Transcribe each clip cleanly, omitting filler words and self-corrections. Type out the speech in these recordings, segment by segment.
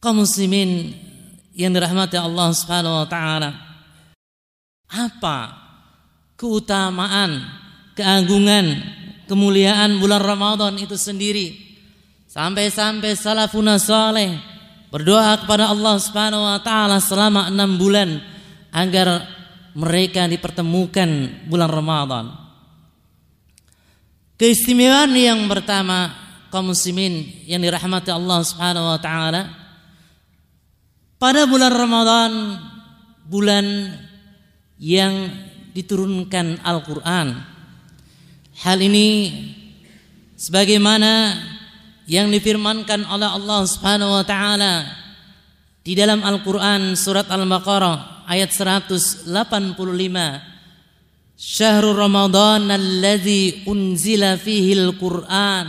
Kaum muslimin yang dirahmati Allah Subhanahu wa taala, apa keutamaan, keagungan, kemuliaan bulan Ramadan itu sendiri? Sampai-sampai salafun saleh berdoa kepada Allah Subhanahu wa taala selama 6 bulan agar mereka dipertemukan bulan Ramadan. Keistimewaan yang pertama, kaum muslimin yang dirahmati Allah Subhanahu wa taala, pada bulan Ramadan, bulan yang diturunkan Al-Quran. Hal ini sebagaimana yang difirmankan oleh Allah Subhanahu wa taala di dalam Al-Quran surat Al-Baqarah ayat 185. Syahrul Ramadan alladzi unzila fihi al-Quran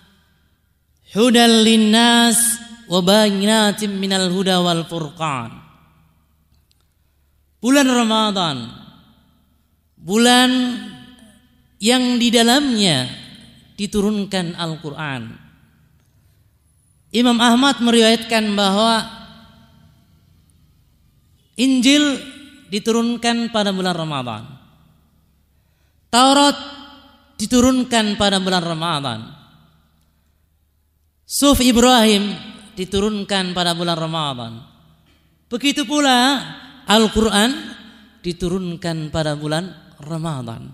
hudal linnas wa bayyinatin minal huda wal furqan. Bulan Ramadan, bulan yang di dalamnya diturunkan Al-Quran. Imam Ahmad meriwayatkan bahwa Injil diturunkan pada bulan Ramadan, Taurat diturunkan pada bulan Ramadan, Suhuf Ibrahim diturunkan pada bulan Ramadan. Begitu pula Al-Quran diturunkan pada bulan Ramadan.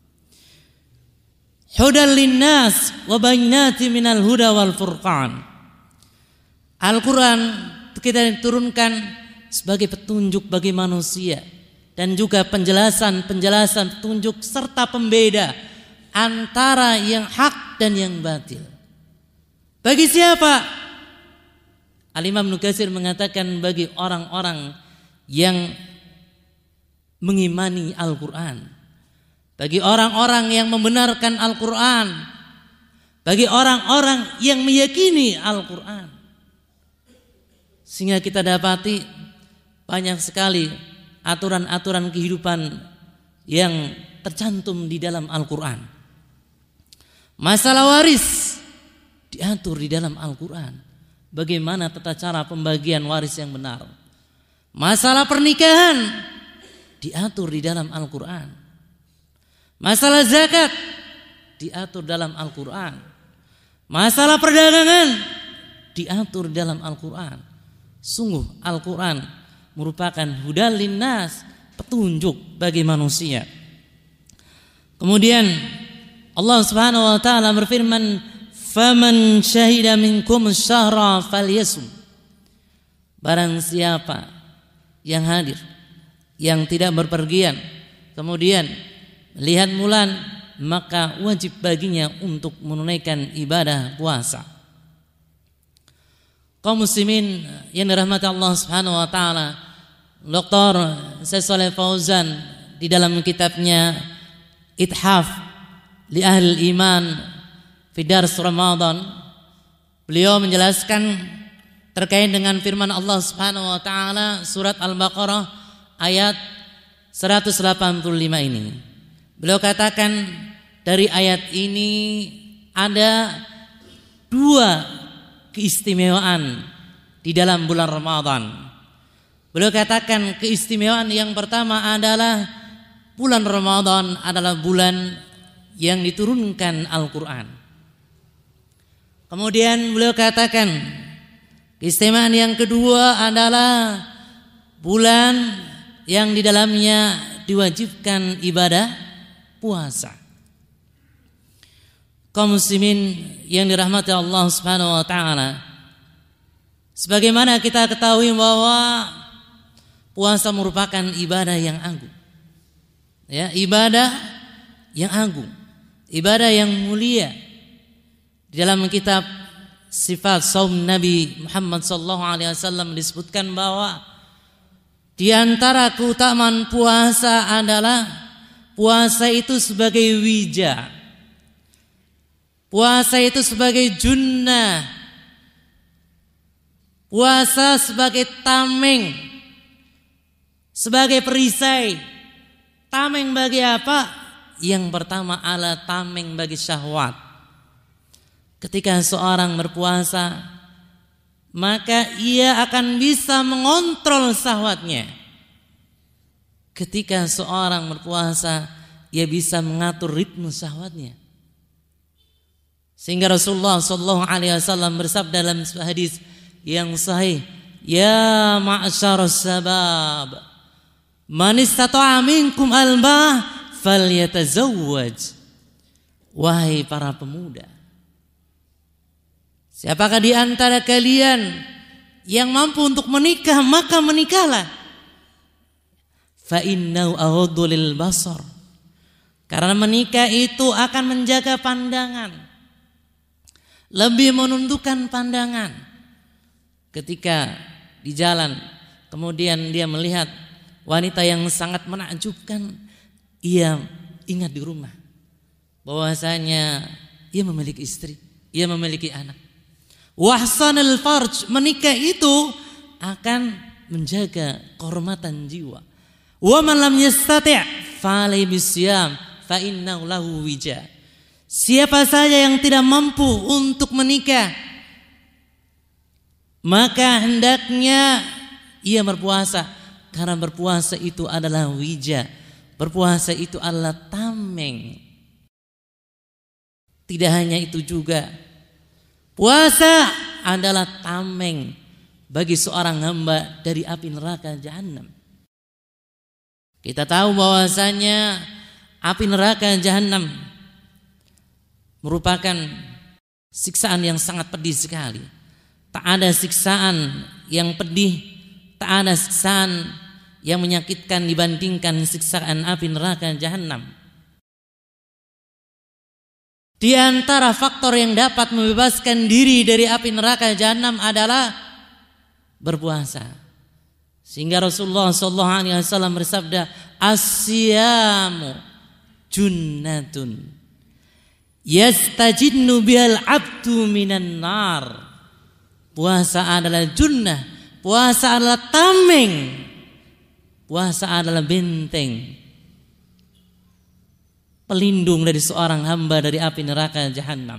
Hudal linnas wa bayyinatin minal huda wal furqan. Al-Quran kita diturunkan sebagai petunjuk bagi manusia dan juga penjelasan petunjuk serta pembeda antara yang hak dan yang batil. Bagi siapa? Al-Imam Ibnu Katsir mengatakan bagi orang-orang yang mengimani Al-Quran, bagi orang-orang yang membenarkan Al-Quran, bagi orang-orang yang meyakini Al-Quran. Sehingga kita dapati banyak sekali aturan-aturan kehidupan yang tercantum di dalam Al-Quran. Masalah waris diatur di dalam Al-Quran. Bagaimana tata cara pembagian waris yang benar. Masalah pernikahan diatur di dalam Al-Quran. Masalah zakat diatur dalam Al-Quran. Masalah perdagangan diatur dalam Al-Quran. Sungguh Al-Quran merupakan hudal linnas, petunjuk bagi manusia. Kemudian Allah Subhanahu wa taala berfirman, faman syahida minkum syahra falyasum. Barang siapa yang hadir, yang tidak berpergian, kemudian melihat bulan, maka wajib baginya untuk menunaikan ibadah puasa. Kaum muslimin yang dirahmati Allah Subhanahu wa taala, Dr. Syekh Shalih Fauzan di dalam kitabnya Ithaf li Ahli Iman fi Dars Ramadan, beliau menjelaskan terkait dengan firman Allah Subhanahu wa taala surat Al-Baqarah ayat 185 ini. Beliau katakan dari ayat ini ada 2 keistimewaan di dalam bulan Ramadan. Beliau katakan keistimewaan yang pertama adalah bulan Ramadan adalah bulan yang diturunkan Al-Quran. Kemudian beliau katakan keistimewaan yang kedua adalah bulan yang di dalamnya diwajibkan ibadah puasa. Kaum muslimin yang dirahmati Allah Subhanahu wa taala, sebagaimana kita ketahui bahwa puasa merupakan ibadah yang agung. Ya, ibadah yang agung, ibadah yang mulia. Di dalam kitab Sifat Saum Nabi Muhammad sallallahu alaihi wasallam disebutkan bahwa di antara keutamaan puasa adalah puasa itu sebagai wija. Puasa itu sebagai junnah. Puasa sebagai tameng, sebagai perisai. Tameng bagi apa? Yang pertama adalah tameng bagi syahwat. Ketika seorang berpuasa, maka ia akan bisa mengontrol syahwatnya. Ketika seorang berpuasa, ia bisa mengatur ritme syahwatnya. Sehingga Rasulullah sallallahu alaihi wasallam bersabda dalam sebuah hadis yang sahih, "Ya ma'syarus sabab, man istata'a minkum al-ba'ah falyatazawwaj." Wahai para pemuda, siapakah di antara kalian yang mampu untuk menikah, maka menikahlah. Fa innahu aghaddu lil basar. Karena menikah itu akan menjaga pandangan, lebih menundukkan pandangan. Ketika di jalan, kemudian dia melihat wanita yang sangat menakjubkan, ia ingat di rumah bahwasanya ia memiliki istri, ia memiliki anak. Wahsanul farj, menikah itu akan menjaga kehormatan jiwa. Wa man lam yastati' fa'alaihi bisyam fa innahu lahu wija. Siapa saja yang tidak mampu untuk menikah, maka hendaknya ia berpuasa, karena berpuasa itu adalah wija. Berpuasa itu adalah tameng. Tidak hanya itu juga, puasa adalah tameng bagi seorang hamba dari api neraka jahanam. Kita tahu bahwasanya api neraka jahanam merupakan siksaan yang sangat pedih sekali. Tak ada siksaan yang pedih, tak ada siksaan yang menyakitkan dibandingkan siksaan api neraka jahanam. Di antara faktor yang dapat membebaskan diri dari api neraka jahanam adalah berpuasa. Sehingga Rasulullah SAW bersabda, "As-siyamu junnatun yastajinnu bihal abdu minan nar." Puasa adalah junnah, puasa adalah tameng, puasa adalah benteng pelindung dari seorang hamba dari api neraka jahanam.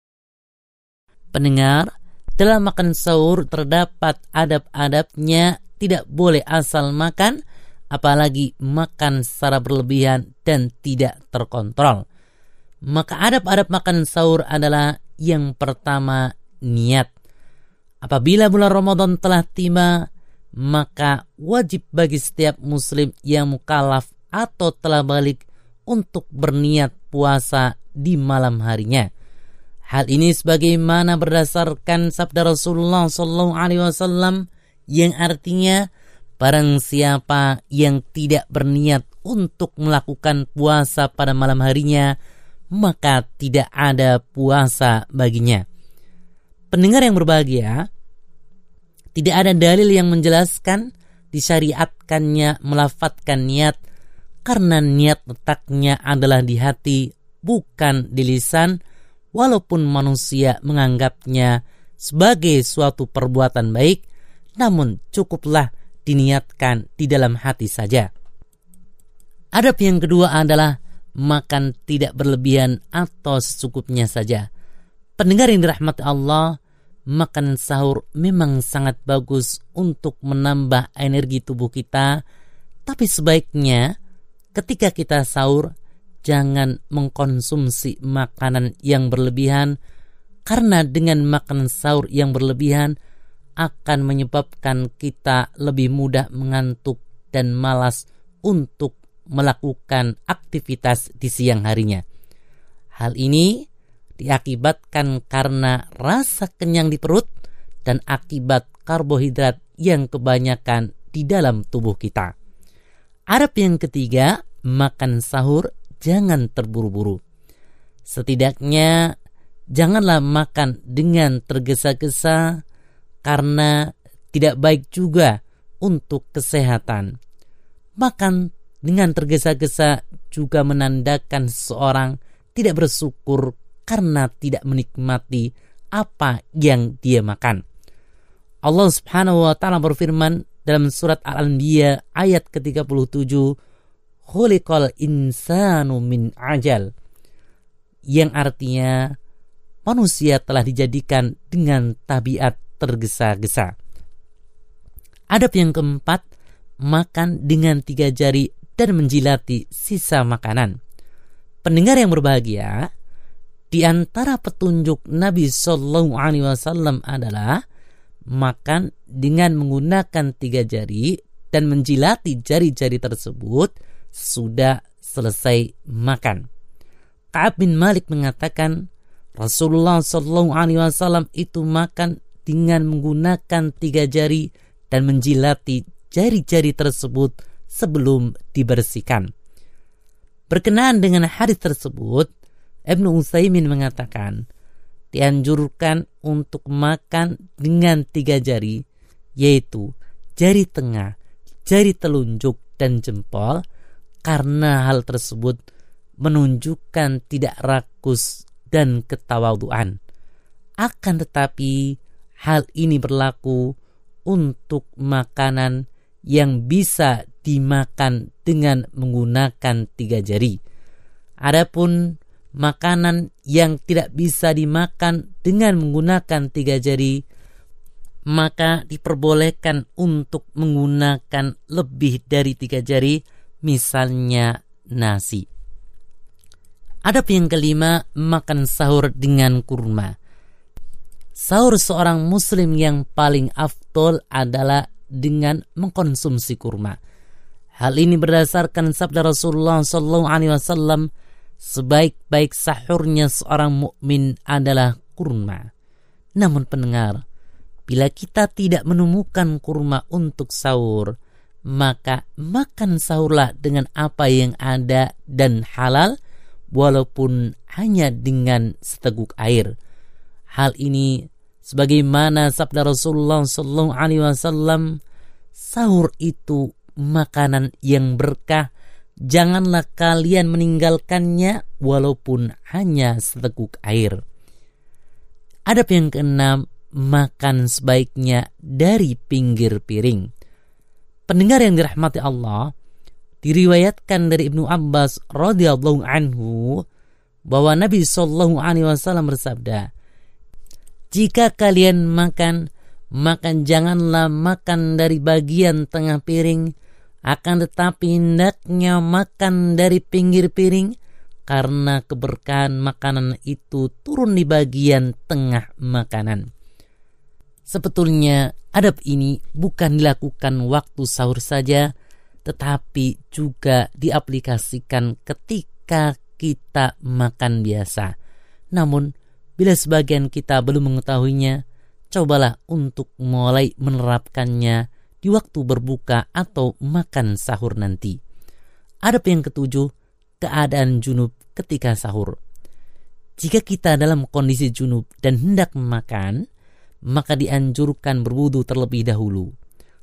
Pendengar, dalam makan sahur terdapat adab-adabnya. Tidak boleh asal makan, apalagi makan secara berlebihan dan tidak terkontrol. Maka adab-adab makan sahur adalah yang pertama, niat. Apabila bulan Ramadan telah tiba, maka wajib bagi setiap muslim yang mukallaf atau telah balik untuk berniat puasa di malam harinya. Hal ini sebagaimana berdasarkan sabda Rasulullah SAW yang artinya, barang siapa yang tidak berniat untuk melakukan puasa pada malam harinya, maka tidak ada puasa baginya. Pendengar yang berbahagia, tidak ada dalil yang menjelaskan disyariatkannya melafadzkan niat, karena niat letaknya adalah di hati, bukan di lisan, walaupun manusia menganggapnya sebagai suatu perbuatan baik, namun cukuplah diniatkan di dalam hati saja. Adab yang kedua adalah makan tidak berlebihan atau secukupnya saja. Pendengar yang dirahmati Allah, makan sahur memang sangat bagus untuk menambah energi tubuh kita, tapi sebaiknya ketika kita sahur jangan mengkonsumsi makanan yang berlebihan, karena dengan makan sahur yang berlebihan akan menyebabkan kita lebih mudah mengantuk dan malas untuk melakukan aktivitas di siang harinya. Hal ini diakibatkan karena rasa kenyang di perut dan akibat karbohidrat yang kebanyakan di dalam tubuh kita. Adab yang ketiga, makan sahur jangan terburu-buru. Setidaknya janganlah makan dengan tergesa-gesa, karena tidak baik juga untuk kesehatan. Makan dengan tergesa-gesa juga menandakan seseorang tidak bersyukur karena tidak menikmati apa yang dia makan. Allah Subhanahu wa taala berfirman dalam surat Al-Anbiya ayat ke-37, "Khuliqal insanu min ajal." Yang artinya manusia telah dijadikan dengan tabiat tergesa-gesa. Adab yang keempat, makan dengan 3 jari dan menjilati sisa makanan. Pendengar yang berbahagia, di antara petunjuk Nabi Sallallahu Alaihi Wasallam adalah makan dengan menggunakan 3 jari dan menjilati jari-jari tersebut sudah selesai makan. Ka'ab bin Malik mengatakan Rasulullah Sallallahu Alaihi Wasallam itu makan dengan menggunakan 3 jari dan menjilati jari-jari tersebut sebelum dibersihkan. Berkenaan dengan hadis tersebut, Ibnu Utsaimin mengatakan dianjurkan untuk makan dengan 3 jari, yaitu jari tengah, jari telunjuk, dan jempol, karena hal tersebut menunjukkan tidak rakus dan ketawaduan. Akan tetapi hal ini berlaku untuk makanan yang bisa dimakan dengan menggunakan 3 jari. Adapun makanan yang tidak bisa dimakan dengan menggunakan 3 jari, maka diperbolehkan untuk menggunakan lebih dari 3 jari, misalnya nasi. Adab yang kelima, makan sahur dengan kurma. Sahur seorang muslim yang paling afdol adalah dengan mengkonsumsi kurma. Hal ini berdasarkan sabda Rasulullah SAW, sebaik-baik sahurnya seorang mukmin adalah kurma. Namun pendengar, bila kita tidak menemukan kurma untuk sahur, maka makan sahurlah dengan apa yang ada dan halal, walaupun hanya dengan seteguk air. Hal ini sebagaimana sabda Rasulullah SAW, sahur itu makanan yang berkah, janganlah kalian meninggalkannya walaupun hanya seteguk air. Adab yang keenam, makan sebaiknya dari pinggir piring. Pendengar yang dirahmati Allah, diriwayatkan dari Ibnu Abbas radhiyallahu anhu bahwa Nabi sallallahu alaihi wasallam bersabda, jika kalian makan, maka janganlah makan dari bagian tengah piring, akan tetapi hendaknya makan dari pinggir piring, karena keberkahan makanan itu turun di bagian tengah makanan. Sebetulnya adab ini bukan dilakukan waktu sahur saja, tetapi juga diaplikasikan ketika kita makan biasa. Namun bila sebagian kita belum mengetahuinya, cobalah untuk mulai menerapkannya di waktu berbuka atau makan sahur nanti. Adab yang ketujuh, keadaan junub ketika sahur. Jika kita dalam kondisi junub dan hendak makan, maka dianjurkan berwudu terlebih dahulu.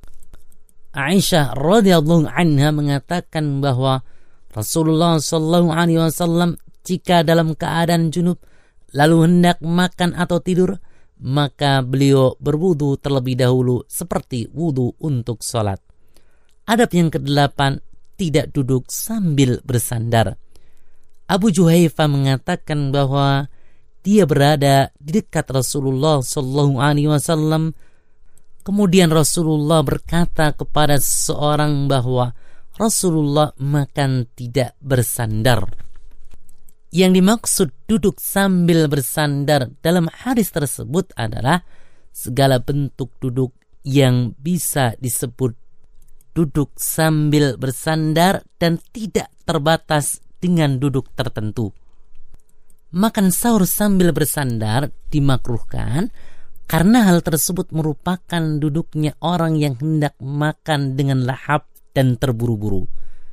Aisyah radhiyallahu anha mengatakan bahwa Rasulullah sallallahu alaihi wasallam jika dalam keadaan junub lalu hendak makan atau tidur, maka beliau berwudu terlebih dahulu seperti wudu untuk sholat. Adab yang ke-8, tidak duduk sambil bersandar. Abu Juhaifah mengatakan bahwa dia berada di dekat Rasulullah sallallahu alaihi wasallam. Kemudian Rasulullah berkata kepada seseorang bahwa Rasulullah makan tidak bersandar. Yang dimaksud duduk sambil bersandar dalam hadis tersebut adalah segala bentuk duduk yang bisa disebut duduk sambil bersandar dan tidak terbatas dengan duduk tertentu. Makan sahur sambil bersandar dimakruhkan karena hal tersebut merupakan duduknya orang yang hendak makan dengan lahap dan terburu-buru.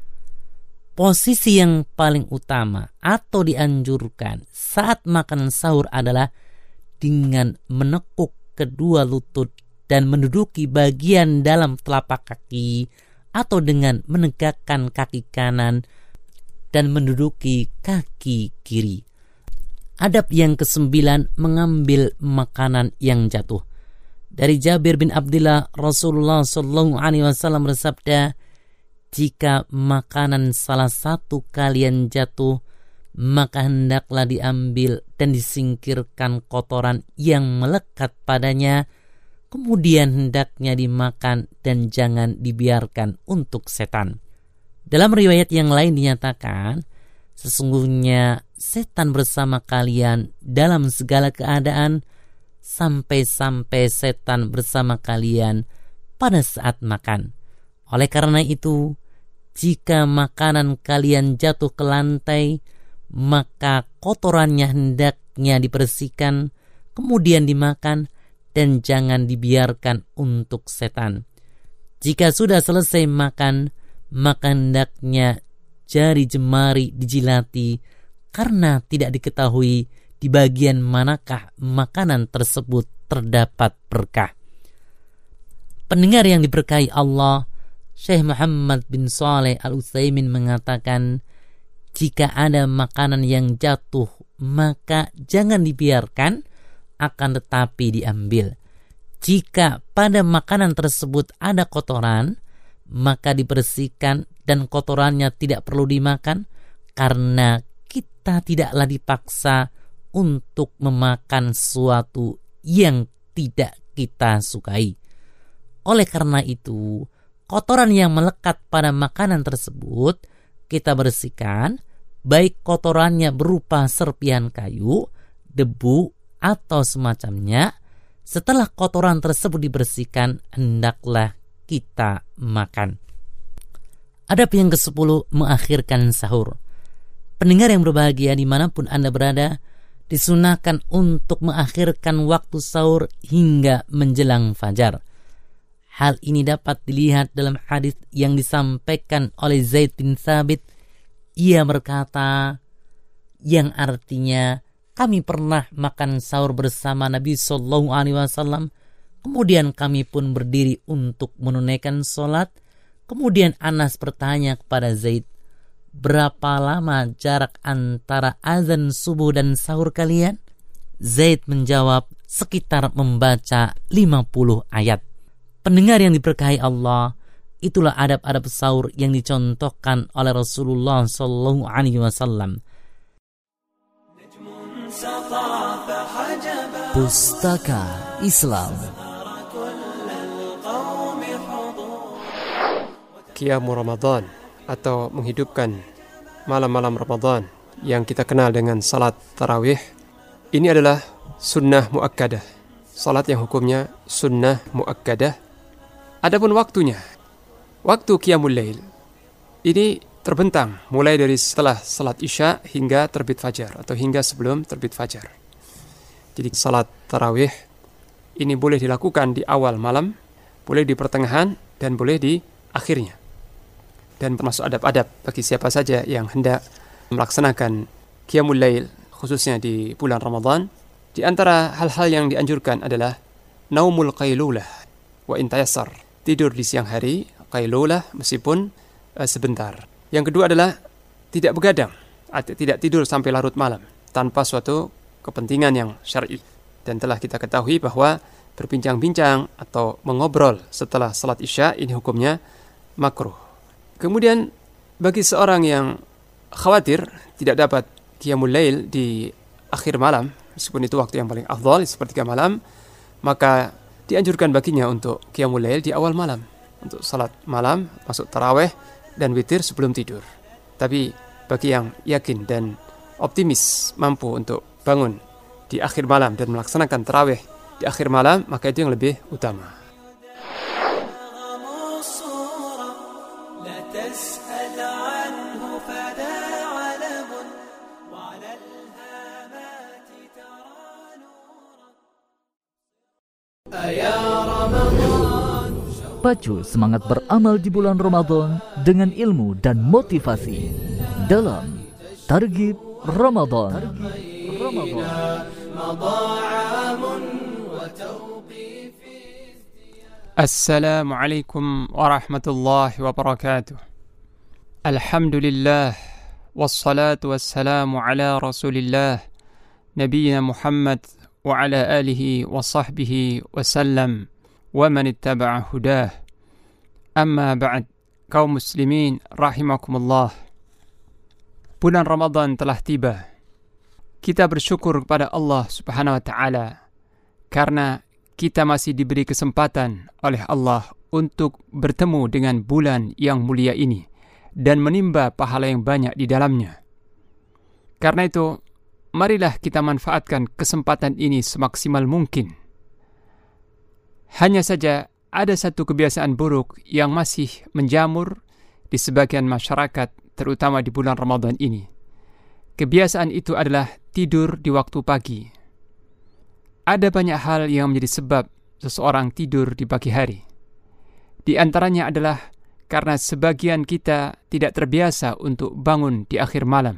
Posisi yang paling utama atau dianjurkan saat makan sahur adalah dengan menekuk kedua lutut dan menduduki bagian dalam telapak kaki, atau dengan menegakkan kaki kanan dan menduduki kaki kiri. Adab yang ke-9, mengambil makanan yang jatuh. Dari Jabir bin Abdullah, Rasulullah sallallahu alaihi wasallam bersabda, jika makanan salah satu kalian jatuh, maka hendaklah diambil dan disingkirkan kotoran yang melekat padanya, kemudian hendaknya dimakan dan jangan dibiarkan untuk setan. Dalam riwayat yang lain dinyatakan, sesungguhnya setan bersama kalian dalam segala keadaan, sampai-sampai setan bersama kalian pada saat makan. Oleh karena itu, jika makanan kalian jatuh ke lantai, maka kotorannya hendaknya dibersihkan, kemudian dimakan, dan jangan dibiarkan untuk setan. Jika sudah selesai makan, maka hendaknya jari jemari dijilati, karena tidak diketahui di bagian manakah makanan tersebut terdapat berkah. Pendengar yang diberkahi Allah, Syekh Muhammad bin Shalih Al-Utsaimin mengatakan, jika ada makanan yang jatuh, maka jangan dibiarkan, akan tetapi diambil. Jika pada makanan tersebut ada kotoran, maka dibersihkan dan kotorannya tidak perlu dimakan, karena kita tidaklah dipaksa untuk memakan sesuatu yang tidak kita sukai. Oleh karena itu, kotoran yang melekat pada makanan tersebut kita bersihkan, baik kotorannya berupa serpihan kayu, debu, atau semacamnya. Setelah kotoran tersebut dibersihkan, hendaklah kita makan. Adab yang ke-10, mengakhirkan sahur. Pendengar yang berbahagia dimanapun Anda berada, disunahkan untuk mengakhirkan waktu sahur hingga menjelang fajar. Hal ini dapat dilihat dalam hadis yang disampaikan oleh Zaid bin Thabit. Ia berkata, yang artinya, kami pernah makan sahur bersama Nabi Sallallahu Alaihi Wasallam. Kemudian kami pun berdiri untuk menunaikan sholat. Kemudian Anas bertanya kepada Zaid, berapa lama jarak antara azan subuh dan sahur kalian? Zaid menjawab, sekitar membaca 50 ayat. Pendengar yang diberkahi Allah, itulah adab-adab sahur yang dicontohkan oleh Rasulullah Sallallahu Alaihi Wasallam. Pustaka Islam. Qiyamu Ramadan atau menghidupkan malam-malam Ramadan yang kita kenal dengan salat tarawih, ini adalah sunnah muakkadah. Salat yang hukumnya sunnah muakkadah. Adapun waktunya, waktu Qiyamul Lail ini terbentang mulai dari setelah salat Isya hingga terbit fajar atau hingga sebelum terbit fajar. Jadi salat tarawih ini boleh dilakukan di awal malam, boleh di pertengahan, dan boleh di akhirnya. Dan termasuk adab-adab bagi siapa saja yang hendak melaksanakan Qiyamul Lail, khususnya di bulan Ramadan. Di antara hal-hal yang dianjurkan adalah naumul qailulah wa in tayassar, tidur di siang hari, qailulah meskipun sebentar. Yang kedua adalah tidak begadang, tidak tidur sampai larut malam tanpa suatu kepentingan yang syar'i. Dan telah kita ketahui bahwa berbincang-bincang atau mengobrol setelah salat Isya ini hukumnya makruh. Kemudian bagi seorang yang khawatir tidak dapat Qiyamul Lail di akhir malam, meskipun itu waktu yang paling afdal, sepertiga malam, maka dianjurkan baginya untuk Qiyamul Lail di awal malam, untuk salat malam, masuk tarawih dan witir sebelum tidur. Tapi bagi yang yakin dan optimis mampu untuk bangun di akhir malam dan melaksanakan tarawih di akhir malam, maka itu yang lebih utama. Pacu semangat beramal di bulan Ramadan dengan ilmu dan motivasi dalam Targhib Ramadan. Assalamualaikum warahmatullahi wabarakatuh. Alhamdulillah wassalatu wassalamu ala Rasulillah Nabiyyina Muhammad wa ala alihi wa sahbihi wasallam wa man ittaba'a hudah. Amma ba'd, kaum muslimin rahimakumullah. Bulan Ramadan telah tiba. Kita bersyukur kepada Allah Subhanahu wa taala karena kita masih diberi kesempatan oleh Allah untuk bertemu dengan bulan yang mulia ini dan menimba pahala yang banyak di dalamnya. Karena itu, marilah kita manfaatkan kesempatan ini semaksimal mungkin. Hanya saja ada satu kebiasaan buruk yang masih menjamur di sebagian masyarakat, terutama di bulan Ramadan ini. Kebiasaan itu adalah tidur di waktu pagi. Ada banyak hal yang menjadi sebab seseorang tidur di pagi hari. Di antaranya adalah karena sebagian kita tidak terbiasa untuk bangun di akhir malam,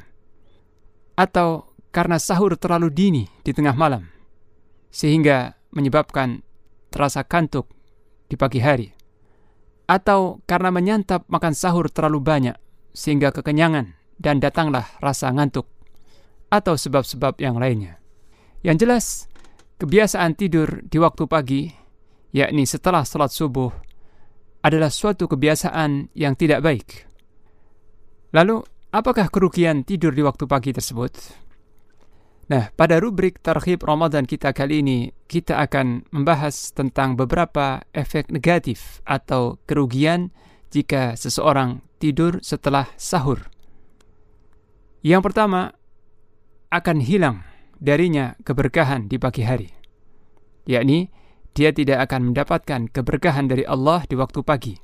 atau karena sahur terlalu dini di tengah malam, sehingga menyebabkan terasa kantuk di pagi hari, atau karena menyantap makan sahur terlalu banyak sehingga kekenyangan dan datanglah rasa ngantuk, atau sebab-sebab yang lainnya. Yang jelas, kebiasaan tidur di waktu pagi, yakni setelah salat subuh, adalah suatu kebiasaan yang tidak baik. Lalu, apakah kerugian tidur di waktu pagi tersebut? Nah, pada rubrik Targhib Ramadan kita kali ini, kita akan membahas tentang beberapa efek negatif atau kerugian jika seseorang tidur setelah sahur. Yang pertama, akan hilang darinya keberkahan di pagi hari, yakni dia tidak akan mendapatkan keberkahan dari Allah di waktu pagi.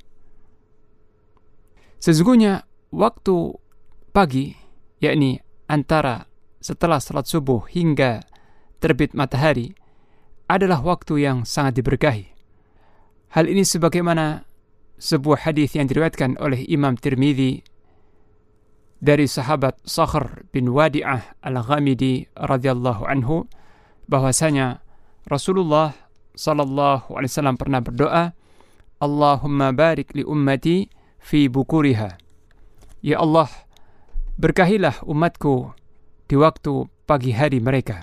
Sesungguhnya waktu pagi, yakni antara setelah salat subuh hingga terbit matahari, adalah waktu yang sangat diberkahi. Hal ini sebagaimana sebuah hadis yang diriwayatkan oleh Imam Tirmidzi dari sahabat Sakhr bin Wadi'ah al-Ghamidi radhiyallahu anhu, bahwasanya Rasulullah sallallahu alaihi wasallam pernah berdoa, Allahumma barik li ummati fi bukuriha. Ya Allah, berkahilah umatku di waktu pagi hari mereka.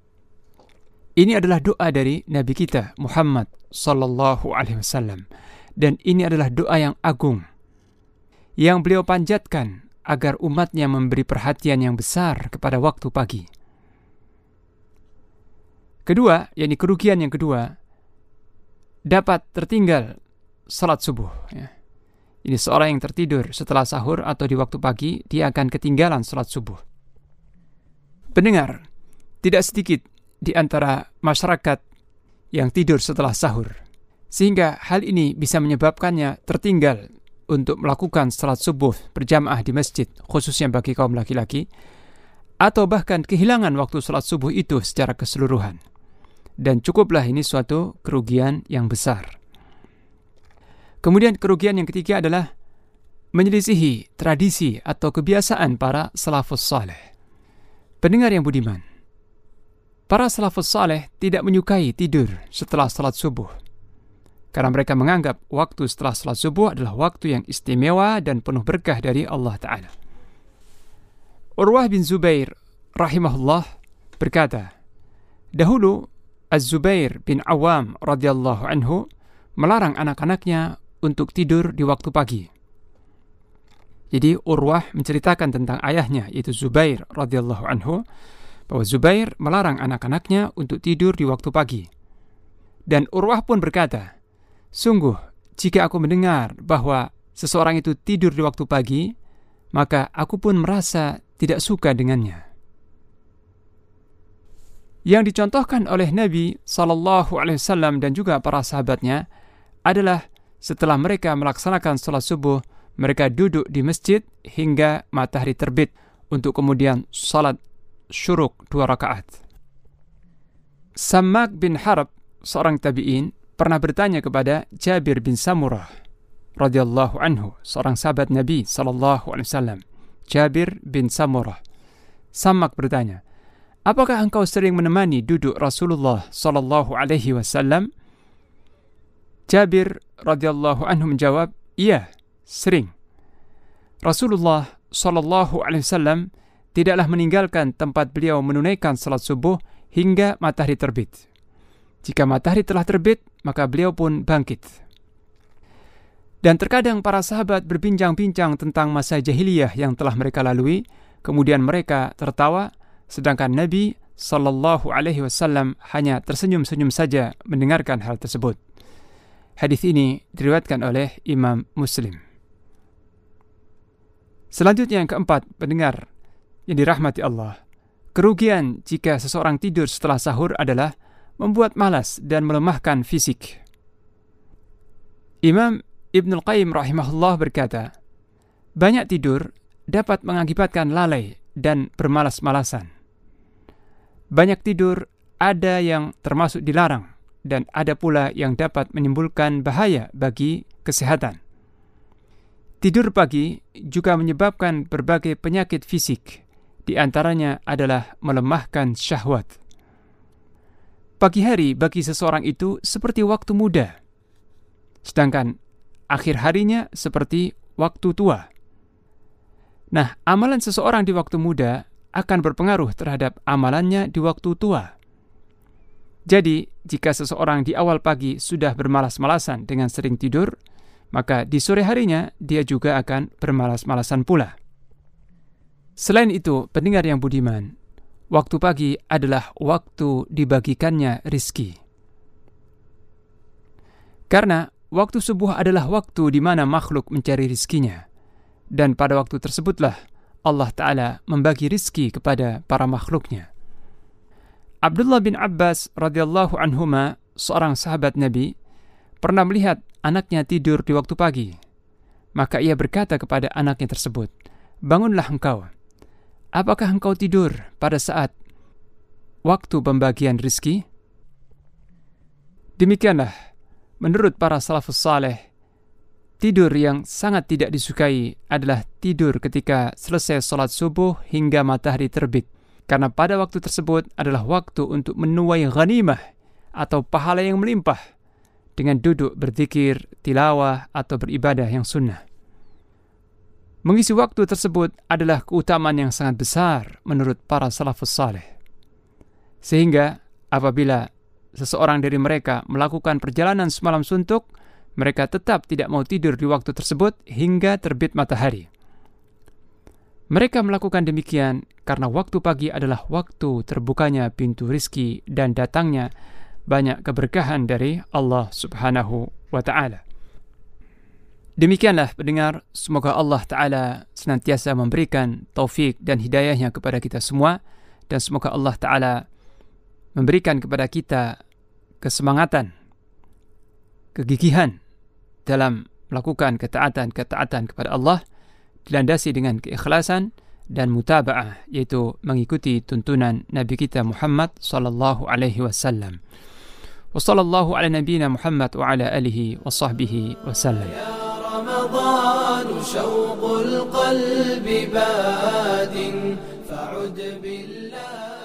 Ini adalah doa dari Nabi kita Muhammad sallallahu alaihi wasallam, dan ini adalah doa yang agung yang beliau panjatkan agar umatnya memberi perhatian yang besar kepada waktu pagi. Kedua, yakni kerugian yang kedua, dapat tertinggal salat subuh. Ini seorang yang tertidur setelah sahur atau di waktu pagi, dia akan ketinggalan salat subuh. Pendengar, tidak sedikit di antara masyarakat yang tidur setelah sahur, sehingga hal ini bisa menyebabkannya tertinggal untuk melakukan salat subuh berjamaah di masjid, khususnya bagi kaum laki-laki, atau bahkan kehilangan waktu salat subuh itu secara keseluruhan. Dan cukuplah ini suatu kerugian yang besar. Kemudian kerugian yang ketiga adalah menyelisihi tradisi atau kebiasaan para salafus saleh. Pendengar yang budiman, para salafus saleh tidak menyukai tidur setelah salat subuh, karena mereka menganggap waktu setelah salat subuh adalah waktu yang istimewa dan penuh berkah dari Allah Ta'ala. Urwah bin Zubair rahimahullah berkata, dahulu Az-Zubair bin Awam radhiyallahu anhu melarang anak-anaknya untuk tidur di waktu pagi. Jadi Urwah menceritakan tentang ayahnya, yaitu Zubair radhiyallahu anhu, bahwa Zubair melarang anak-anaknya untuk tidur di waktu pagi. Dan Urwah pun berkata, sungguh, jika aku mendengar bahwa seseorang itu tidur di waktu pagi, maka aku pun merasa tidak suka dengannya. Yang dicontohkan oleh Nabi SAW dan juga para sahabatnya adalah setelah mereka melaksanakan salat subuh, mereka duduk di masjid hingga matahari terbit untuk kemudian salat syuruk 2 rakaat. Sammak bin Harb, seorang tabi'in, pernah bertanya kepada Jabir bin Samurah radhiyallahu anhu, seorang sahabat Nabi SAW. Jabir bin Samurah. Sammak bertanya, apakah engkau sering menemani duduk Rasulullah SAW? Jabir radhiyallahu anhu menjawab, iya, sering. Rasulullah SAW tidaklah meninggalkan tempat beliau menunaikan salat subuh hingga matahari terbit. Jika matahari telah terbit, maka beliau pun bangkit. Dan terkadang para sahabat berbincang-bincang tentang masa jahiliyah yang telah mereka lalui, kemudian mereka tertawa, sedangkan Nabi Sallallahu Alaihi Wasallam hanya tersenyum-senyum saja mendengarkan hal tersebut. Hadis ini diriwayatkan oleh Imam Muslim. Selanjutnya yang keempat, pendengar yang dirahmati Allah, kerugian jika seseorang tidur setelah sahur adalah membuat malas dan melemahkan fisik. Imam Ibnul Qayyim rahimahullah berkata, banyak tidur dapat mengakibatkan lalai dan bermalas-malasan. Banyak tidur ada yang termasuk dilarang dan ada pula yang dapat menimbulkan bahaya bagi kesehatan. Tidur pagi juga menyebabkan berbagai penyakit fisik, di antaranya adalah melemahkan syahwat. Pagi hari bagi seseorang itu seperti waktu muda, sedangkan akhir harinya seperti waktu tua. Nah, amalan seseorang di waktu muda akan berpengaruh terhadap amalannya di waktu tua. Jadi, jika seseorang di awal pagi sudah bermalas-malasan dengan sering tidur, maka di sore harinya dia juga akan bermalas-malasan pula. Selain itu, pendengar yang budiman, waktu pagi adalah waktu dibagikannya rizki. Karena waktu subuh adalah waktu di mana makhluk mencari rizkinya. Dan pada waktu tersebutlah Allah Ta'ala membagi rizki kepada para makhluknya. Abdullah bin Abbas radhiyallahu anhuma, seorang sahabat Nabi, pernah melihat anaknya tidur di waktu pagi. Maka ia berkata kepada anaknya tersebut, bangunlah engkau. Apakah engkau tidur pada saat waktu pembagian rizki? Demikianlah, menurut para salafus saleh, tidur yang sangat tidak disukai adalah tidur ketika selesai sholat subuh hingga matahari terbit. Karena pada waktu tersebut adalah waktu untuk menuai ghanimah atau pahala yang melimpah dengan duduk berzikir, tilawah, atau beribadah yang sunnah. Mengisi waktu tersebut adalah keutamaan yang sangat besar menurut para salafus saleh. Sehingga apabila seseorang dari mereka melakukan perjalanan semalam suntuk, mereka tetap tidak mau tidur di waktu tersebut hingga terbit matahari. Mereka melakukan demikian karena waktu pagi adalah waktu terbukanya pintu rizki dan datangnya banyak keberkahan dari Allah Subhanahu wa Ta'ala. Demikianlah pendengar, semoga Allah Ta'ala senantiasa memberikan taufik dan hidayahnya kepada kita semua, dan semoga Allah Ta'ala memberikan kepada kita kesemangatan, kegigihan dalam melakukan ketaatan kepada Allah, dilandasi dengan keikhlasan dan mutaba'ah, yaitu mengikuti tuntunan Nabi kita Muhammad sallallahu alaihi wasallam. Wa sallallahu ala nabiyyina Muhammad wa ala alihi wa sahbihi wasallam. Ya Ramadan syauqul qalbi badin fa'ud billah.